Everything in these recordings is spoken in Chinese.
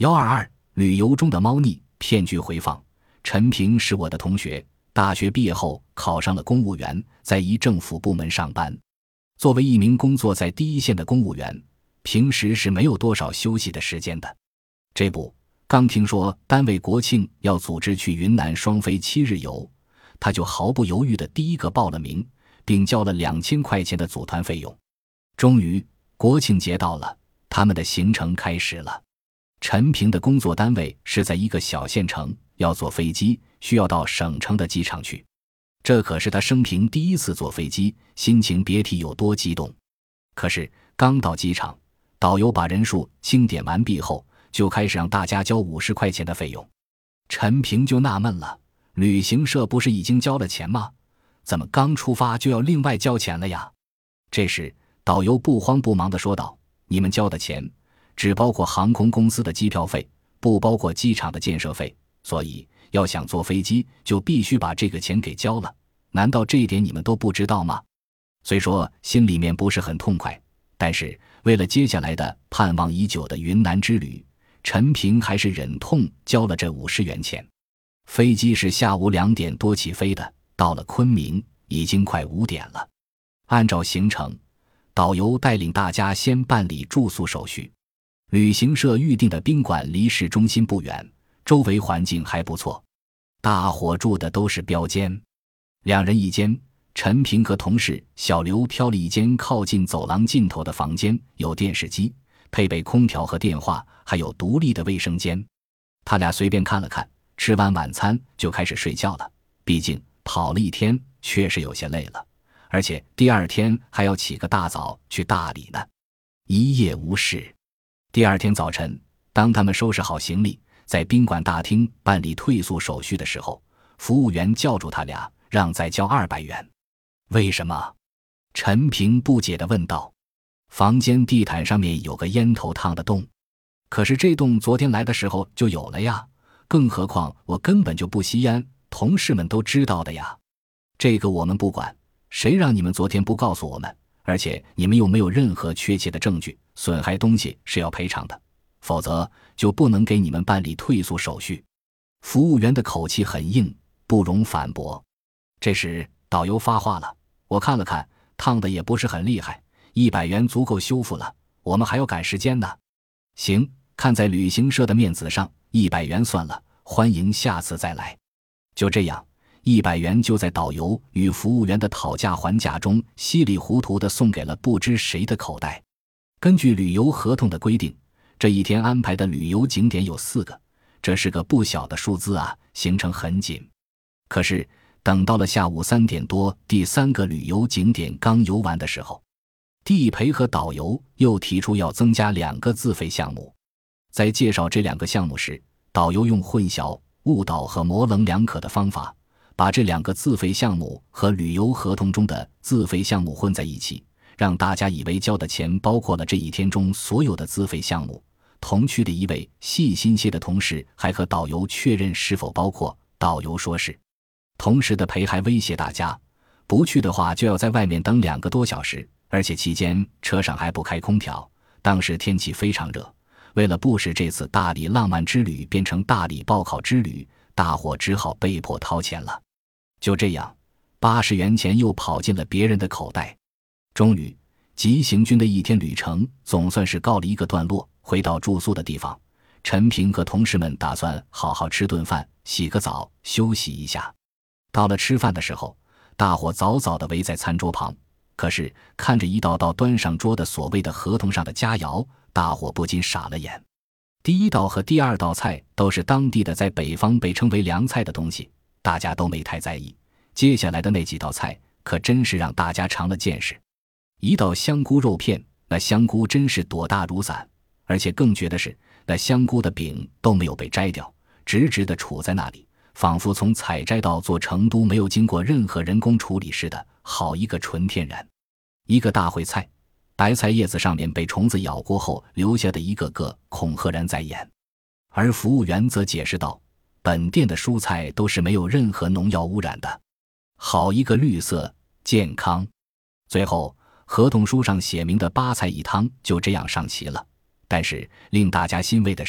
122旅游中的猫腻骗局回放。陈平是我的同学，大学毕业后考上了公务员，在一政府部门上班。作为一名工作在第一线的公务员，平时是没有多少休息的时间的。这不，刚听说单位国庆要组织去云南双飞7日游，他就毫不犹豫地第一个报了名，并交了2000块钱的组团费用。终于，国庆节到了，他们的行程开始了。陈平的工作单位是在一个小县城，要坐飞机，需要到省城的机场去。这可是他生平第一次坐飞机，心情别提有多激动。可是刚到机场，导游把人数清点完毕后，就开始让大家交50块钱的费用。陈平就纳闷了，旅行社不是已经交了钱吗？怎么刚出发就要另外交钱了呀？这时导游不慌不忙地说道，你们交的钱只包括航空公司的机票费，不包括机场的建设费，所以要想坐飞机就必须把这个钱给交了。难道这一点你们都不知道吗？虽说心里面不是很痛快，但是为了接下来的盼望已久的云南之旅，陈平还是忍痛交了这50元钱。飞机是下午2点多起飞的，到了昆明已经快5点了。按照行程，导游带领大家先办理住宿手续。旅行社预定的宾馆离市中心不远，周围环境还不错，大伙住的都是标间，2人一间。陈平和同事小刘挑了一间靠近走廊尽头的房间，有电视机，配备空调和电话，还有独立的卫生间。他俩随便看了看，吃完晚餐就开始睡觉了。毕竟跑了一天，确实有些累了，而且第二天还要起个大早去大理呢。一夜无事。第二天早晨，当他们收拾好行李，在宾馆大厅办理退宿手续的时候，服务员叫住他俩，让再交200元。为什么？陈平不解地问道。房间地毯上面有个烟头烫的洞，可是这洞昨天来的时候就有了呀，更何况我根本就不吸烟，同事们都知道的呀。这个我们不管，谁让你们昨天不告诉我们，而且你们又没有任何确切的证据，损害东西是要赔偿的，否则就不能给你们办理退宿手续。服务员的口气很硬，不容反驳。这时导游发话了，我看了看，烫的也不是很厉害，100元足够修复了，我们还要赶时间呢。行，看在旅行社的面子上，100元算了，欢迎下次再来。就这样，100元就在导游与服务员的讨价还价中稀里糊涂地送给了不知谁的口袋。根据旅游合同的规定，这一天安排的旅游景点有4个，这是个不小的数字啊，行程很紧。可是等到了下午3点多，第3个旅游景点刚游完的时候，地陪和导游又提出要增加2个自费项目。在介绍这2个项目时，导游用混淆、误导和模棱两可的方法，把这2个自费项目和旅游合同中的自费项目混在一起，让大家以为交的钱包括了这一天中所有的自费项目。同区的一位细心些的同事还和导游确认是否包括，导游说是。同时的陪还威胁大家，不去的话就要在外面等2个多小时，而且期间车上还不开空调。当时天气非常热，为了不使这次大理浪漫之旅变成大理报考之旅，大伙只好被迫掏钱了。就这样，80元钱又跑进了别人的口袋。终于，急行军的一天旅程总算是告了一个段落。回到住宿的地方，陈平和同事们打算好好吃顿饭，洗个澡，休息一下。到了吃饭的时候，大伙早早地围在餐桌旁，可是看着一道道端上桌的所谓的合同上的佳肴，大伙不禁傻了眼。第1道和第2道菜都是当地的在北方被称为凉菜的东西，大家都没太在意。接下来的那几道菜可真是让大家长了见识。1道香菇肉片，那香菇真是朵大如伞，而且更绝的是，那香菇的柄都没有被摘掉，直直地杵在那里，仿佛从采摘到做成都没有经过任何人工处理似的，好一个纯天然。1个大烩菜，白菜叶子上面被虫子咬过后留下的一个个孔赫然在眼。而服务员则解释道，本店的蔬菜都是没有任何农药污染的，好一个绿色健康。最后合同书上写明的8菜1汤就这样上齐了。但是令大家欣慰的是，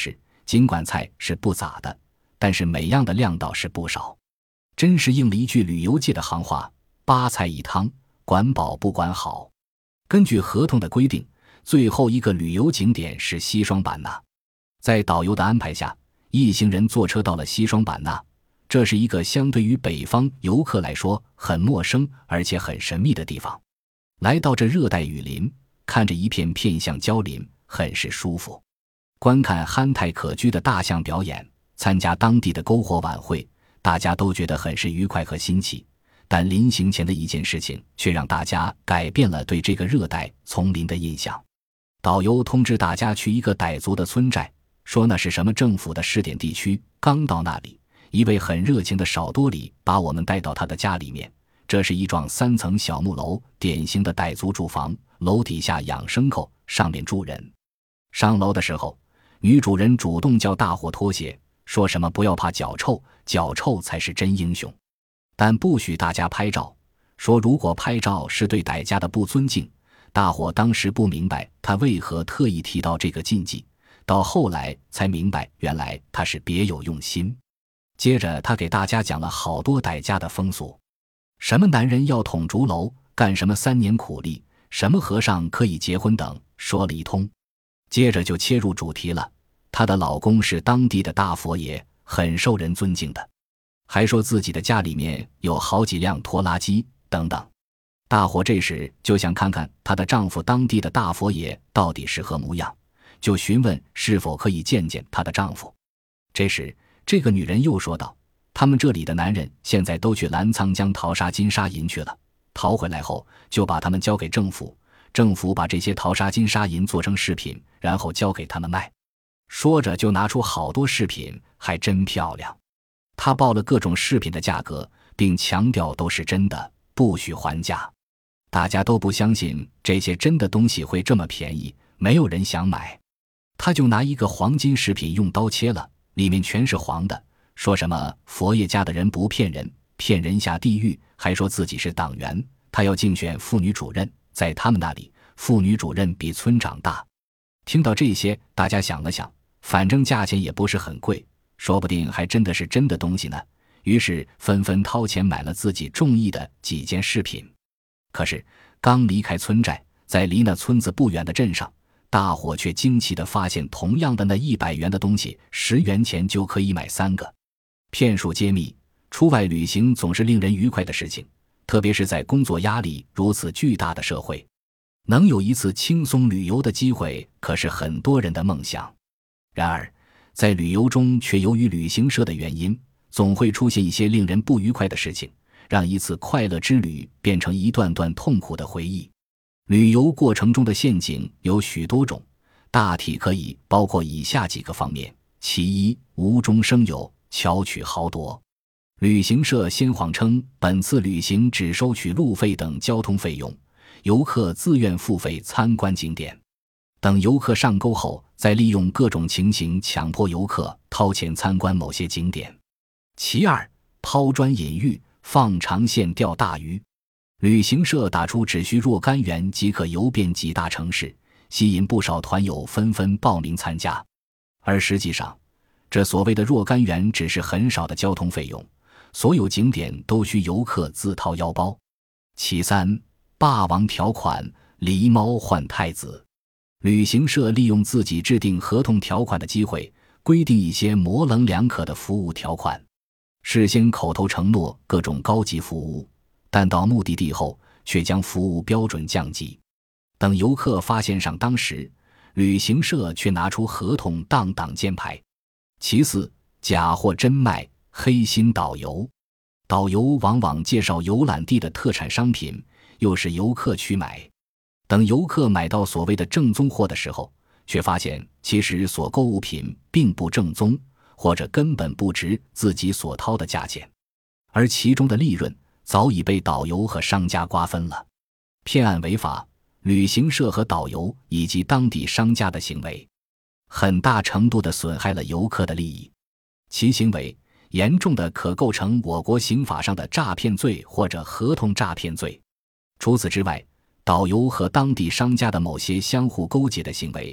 尽管菜是不咋的，但是每样的量倒是不少，真是应了一句旅游界的行话：8菜1汤，管饱不管好。根据合同的规定，最后一个旅游景点是西双版纳。在导游的安排下，一行人坐车到了西双版纳，这是一个相对于北方游客来说很陌生而且很神秘的地方。来到这热带雨林，看着一片片象交林，很是舒服。观看憨态可掬的大象表演，参加当地的篝火晚会，大家都觉得很是愉快和新奇。但临行前的一件事情却让大家改变了对这个热带丛林的印象。导游通知大家去一个傣族的村寨，说那是什么政府的试点地区。刚到那里，一位很热情的少多里把我们带到他的家里面。这是一幢3层小木楼，典型的傣族住房，楼底下养牲口，上面住人。上楼的时候，女主人主动叫大伙脱鞋，说什么不要怕脚臭，脚臭才是真英雄。但不许大家拍照，说如果拍照是对傣家的不尊敬。大伙当时不明白他为何特意提到这个禁忌，到后来才明白原来他是别有用心。接着他给大家讲了好多傣家的风俗，什么男人要捅竹篓，干什么3年苦力，什么和尚可以结婚等，说了一通。接着就切入主题了，她的老公是当地的大佛爷，很受人尊敬的，还说自己的家里面有好几辆拖拉机等等。大伙这时就想看看她的丈夫当地的大佛爷到底是何模样，就询问是否可以见见她的丈夫。这时这个女人又说道，他们这里的男人现在都去澜沧江淘沙金沙银去了，淘回来后就把他们交给政府，政府把这些淘沙金沙银做成饰品，然后交给他们卖。说着就拿出好多饰品，还真漂亮。他报了各种饰品的价格，并强调都是真的，不许还价。大家都不相信这些真的东西会这么便宜，没有人想买。他就拿一个黄金饰品用刀切了，里面全是黄的，说什么佛爷家的人不骗人，骗人下地狱，还说自己是党员，他要竞选妇女主任，在他们那里妇女主任比村长大。听到这些，大家想了想，反正价钱也不是很贵，说不定还真的是真的东西呢，于是纷纷掏钱买了自己中意的几件饰品。可是刚离开村寨，在离那村子不远的镇上，大伙却惊奇地发现同样的那100元的东西，10元钱就可以买3个。骗术揭秘，出外旅行总是令人愉快的事情，特别是在工作压力如此巨大的社会，能有一次轻松旅游的机会可是很多人的梦想。然而在旅游中却由于旅行社的原因，总会出现一些令人不愉快的事情，让一次快乐之旅变成一段段痛苦的回忆。旅游过程中的陷阱有许多种，大体可以包括以下几个方面。其一，无中生有，巧取豪夺。旅行社先谎称本次旅行只收取路费等交通费用，游客自愿付费参观景点。等游客上钩后，再利用各种情形强迫游客掏钱参观某些景点。其二，抛砖引玉，放长线钓大鱼。旅行社打出只需若干元即可游遍几大城市，吸引不少团友纷纷报名参加。而实际上，这所谓的若干元只是很少的交通费用，所有景点都需游客自掏腰包。其三，霸王条款，狸猫换太子。旅行社利用自己制定合同条款的机会，规定一些模棱两可的服务条款，事先口头承诺各种高级服务，但到目的地后却将服务标准降级。等游客发现上当时，旅行社却拿出合同当挡箭牌。其四，假货真卖，黑心导游。导游往往介绍游览地的特产商品，诱使游客去买。等游客买到所谓的正宗货的时候，却发现其实所购物品并不正宗，或者根本不值自己所掏的价钱，而其中的利润早已被导游和商家瓜分了。骗案违法，旅行社和导游以及当地商家的行为很大程度地损害了游客的利益，其行为严重的可构成我国刑法上的诈骗罪或者合同诈骗罪。除此之外，导游和当地商家的某些相互勾结的行为，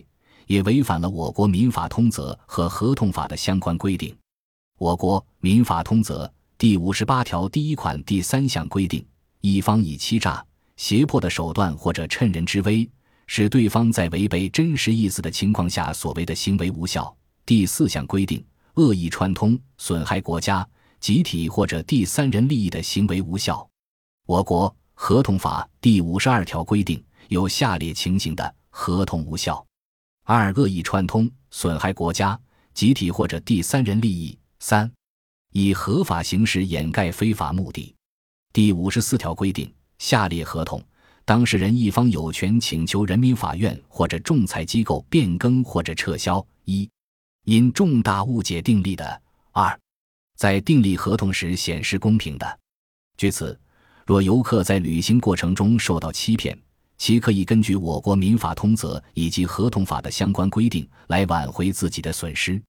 也违反了我国民法通则和合同法的相关规定。我国民法通则第58条第1款第3项规定，一方以欺诈、胁迫的手段或者趁人之危，使对方在违背真实意思的情况下所为的行为无效。第4项规定，恶意串通、损害国家、集体或者第三人利益的行为无效。我国合同法第52条规定，有下列情形的合同无效：二、恶意串通、损害国家、集体或者第三人利益；三、以合法形式掩盖非法目的。第54条规定，下列合同，当事人一方有权请求人民法院或者仲裁机构变更或者撤销：一、因重大误解订立的；二、在订立合同时显示公平的。据此，若游客在履行过程中受到欺骗，其可以根据我国民法通则以及合同法的相关规定来挽回自己的损失。